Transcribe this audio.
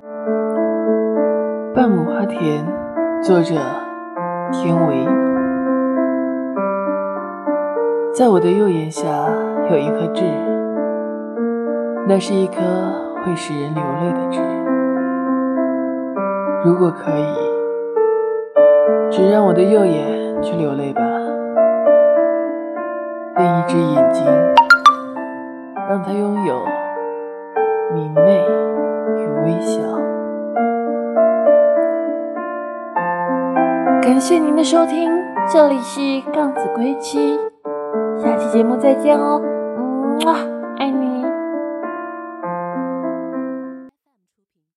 半亩花田，作者田维。在我的右眼下有一颗痣，那是一颗会使人流泪的痣。如果可以，只让我的右眼去流泪吧，另一只眼睛让它拥有明媚与微笑。 感谢您的收听，这里是杠子归期，下期节目再见哦，